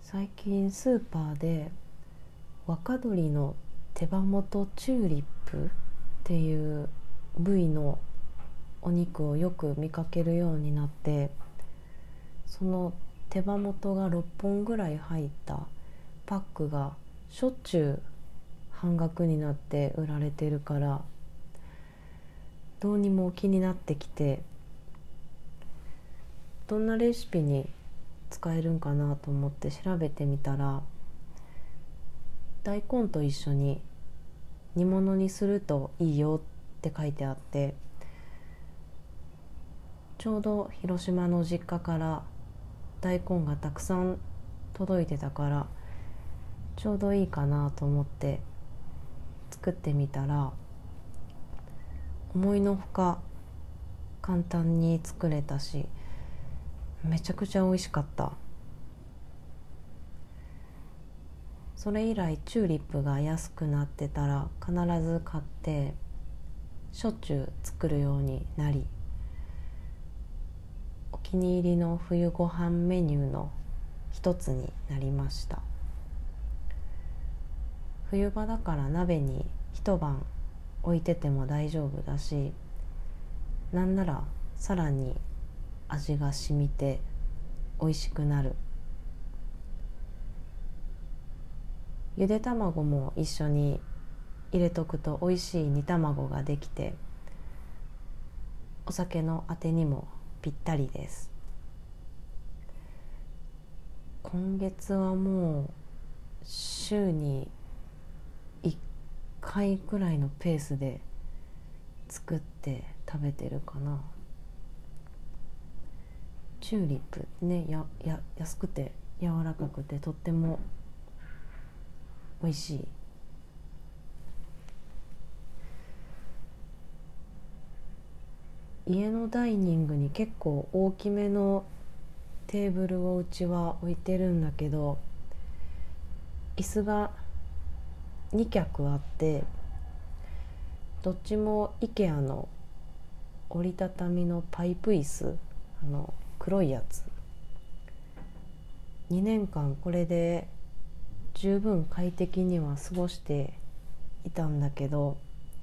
最近スーパーで若鶏の手羽元チューリップっていう部位のお肉をよく見かけるようになって、その手羽元が6本ぐらい入ったパックがしょっちゅう半額になって売られてるから、どうにも気になってきて、どんなレシピに使えるんかなと思って調べてみたら、大根と一緒に煮物にするといいよって書いてあって、ちょうど広島の実家から大根がたくさん届いてたから、ちょうどいいかなと思って作ってみたら、思いのほか簡単に作れたし、めちゃくちゃ美味しかった。それ以来チューリップが安くなってたら必ず買ってしょっちゅう作るようになり、お気に入りの冬ご飯メニューの一つになりました。冬場だから鍋に一晩置いてても大丈夫だし、なんならさらに味が染みて美味しくなる。ゆで卵も一緒に入れとくと美味しい煮卵ができて、お酒のあてにもぴったりです。今月はもう週に1回くらいのペースで作って食べてるかな。チューリップね、安くて柔らかくてとっても美味しい。家のダイニングに結構大きめのテーブルをうちは置いてるんだけど、椅子が2脚あって、どっちも IKEA の折りたたみのパイプ椅子、黒いやつ。2年間これで十分快適には過ごしていたんだけど、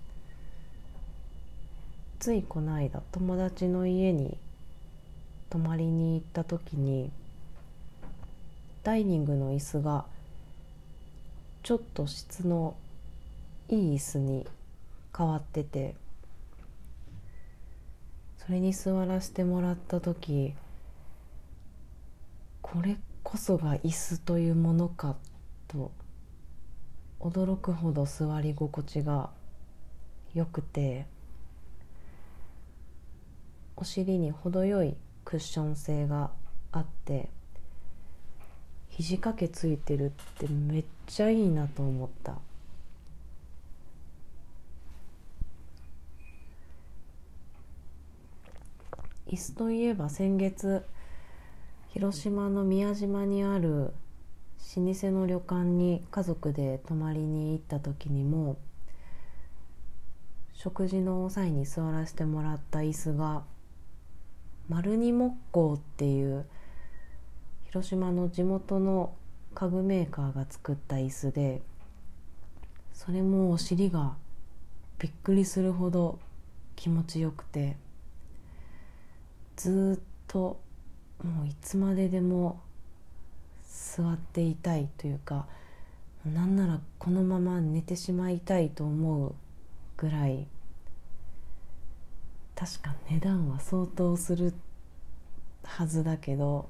ついこの間友達の家に泊まりに行った時に、ダイニングの椅子がちょっと質のいい椅子に変わってて、それに座らせてもらった時、これこそが椅子というものかと驚くほど座り心地が良くて、お尻に程よいクッション性があって、肘掛けついてるってめっちゃいいなと思った。椅子といえば先月、広島の宮島にある老舗の旅館に家族で泊まりに行った時にも、食事の際に座らせてもらった椅子が丸二木工っていう広島の地元の家具メーカーが作った椅子で、それもお尻がびっくりするほど気持ちよくて、ずっともういつまででも座っていたいというか、なんならこのまま寝てしまいたいと思うぐらい、確か値段は相当するはずだけど、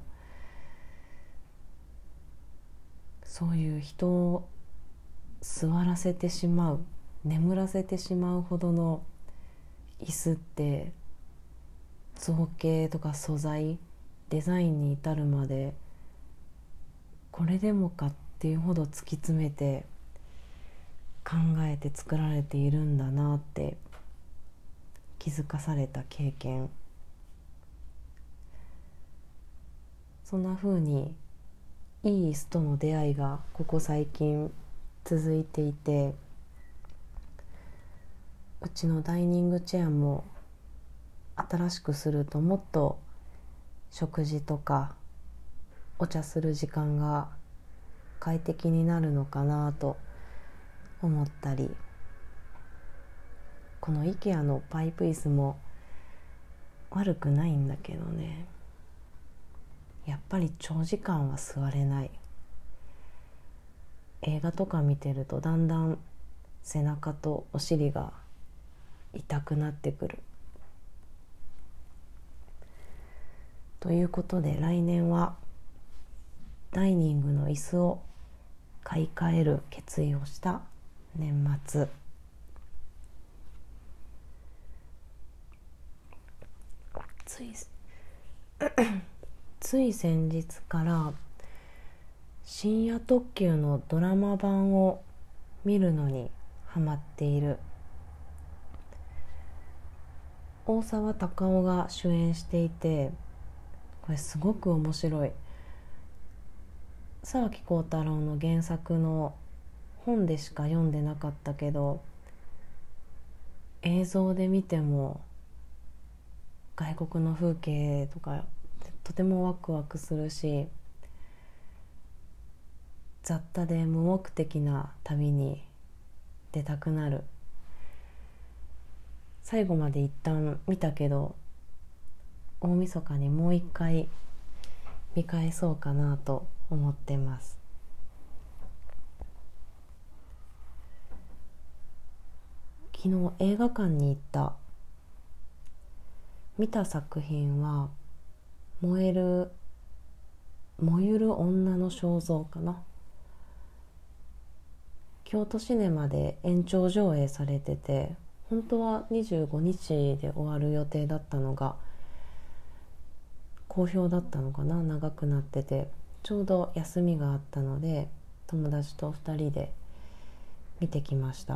そういう人を座らせてしまう、眠らせてしまうほどの椅子って、造形とか素材、デザインに至るまでこれでもかっていうほど突き詰めて考えて作られているんだなって気づかされた経験。そんな風にいい椅子との出会いがここ最近続いていて、うちのダイニングチェアも新しくするともっと食事とかお茶する時間が快適になるのかなと思ったり、この IKEA のパイプ椅子も悪くないんだけどね、やっぱり長時間は座れない。映画とか見てるとだんだん背中とお尻が痛くなってくる。ということで来年はダイニングの椅子を買い替える決意をした年末。つい先日から深夜特急のドラマ版を見るのにハマっている。大沢たかおが主演していて、これすごく面白い。沢木耕太郎の原作の本でしか読んでなかったけど、映像で見ても外国の風景とかとてもワクワクするし、雑多で無目的な旅に出たくなる。最後まで一旦見たけど、大晦日にもう一回見返そうかなと思ってます。昨日映画館に行った。見た作品は燃ゆる女の肖像かな。京都シネマで延長上映されてて、本当は25日で終わる予定だったのが好評だったのかな。長くなってて、ちょうど休みがあったので友達と2人で見てきました。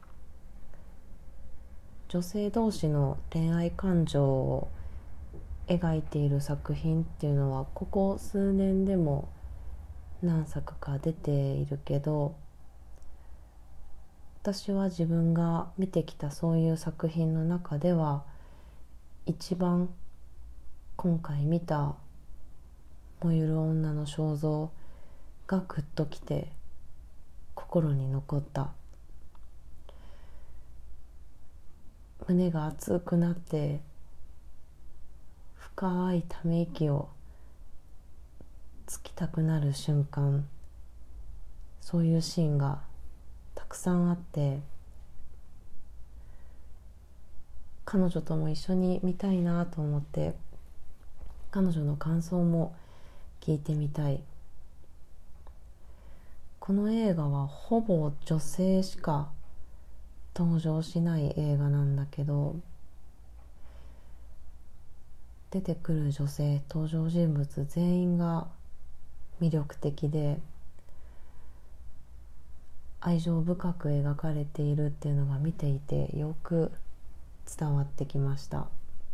女性同士の恋愛感情を描いている作品っていうのはここ数年でも何作か出ているけど、私は自分が見てきたそういう作品の中では一番今回見た燃ゆる女の肖像がグッときて心に残った。胸が熱くなって深いため息をつきたくなる瞬間、そういうシーンがたくさんあって、彼女とも一緒に見たいなと思って彼女の感想も聞いてみたい。この映画はほぼ女性しか登場しない映画なんだけど、出てくる女性登場人物全員が魅力的で愛情深く描かれているっていうのが見ていてよく伝わってきました。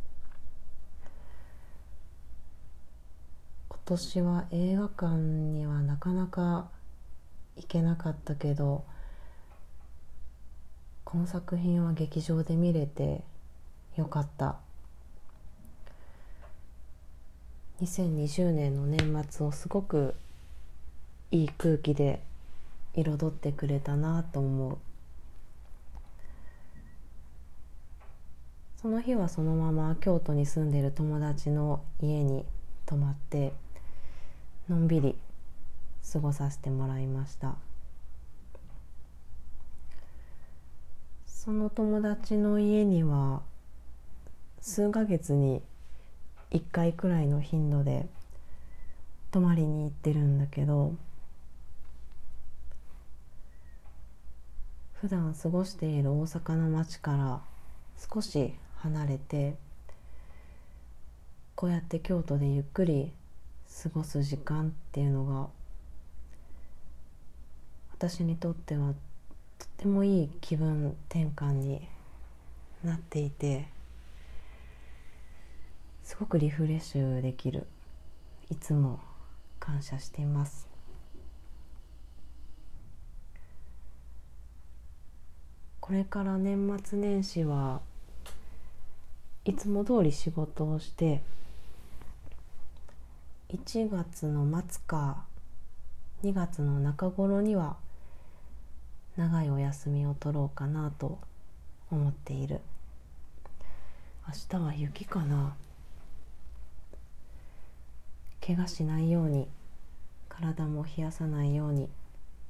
今年は映画館にはなかなか行けなかったけど、この作品は劇場で見れてよかった。2020年の年末をすごくいい空気で彩ってくれたなと思う。その日はそのまま京都に住んでいる友達の家に泊まってのんびり過ごさせてもらいました。その友達の家には数ヶ月に1回くらいの頻度で泊まりに行ってるんだけど、普段過ごしている大阪の街から少し離れて、こうやって京都でゆっくり過ごす時間っていうのが私にとってはとってもいい気分転換になっていて、すごくリフレッシュできる。いつも感謝しています。これから年末年始はいつも通り仕事をして1月の末か 2月の中頃には長いお休みを取ろうかなと思っている。明日は雪かな。怪我しないように、体も冷やさないように。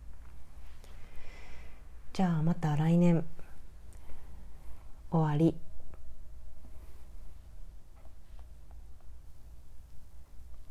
じゃあまた来年。終わり。